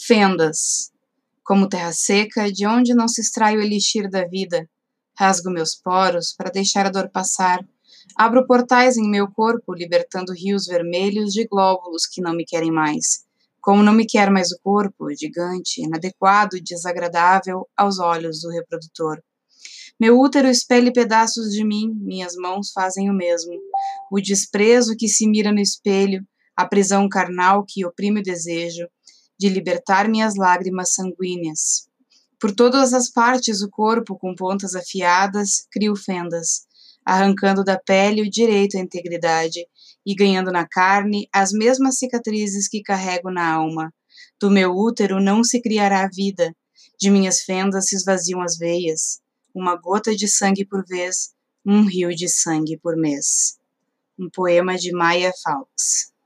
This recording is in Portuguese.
Fendas, como terra seca, de onde não se extrai o elixir da vida. Rasgo meus poros para deixar a dor passar. Abro portais em meu corpo, libertando rios vermelhos de glóbulos que não me querem mais. Como não me quer mais o corpo, gigante, inadequado e desagradável aos olhos do reprodutor. Meu útero espelha pedaços de mim, minhas mãos fazem o mesmo. O desprezo que se mira no espelho, a prisão carnal que oprime o desejo de libertar minhas lágrimas sanguíneas. Por todas as partes do corpo, com pontas afiadas, crio fendas, arrancando da pele o direito à integridade e ganhando na carne as mesmas cicatrizes que carrego na alma. Do meu útero não se criará a vida, de minhas fendas se esvaziam as veias, uma gota de sangue por vez, um rio de sangue por mês. Um poema de Maya Fawkes.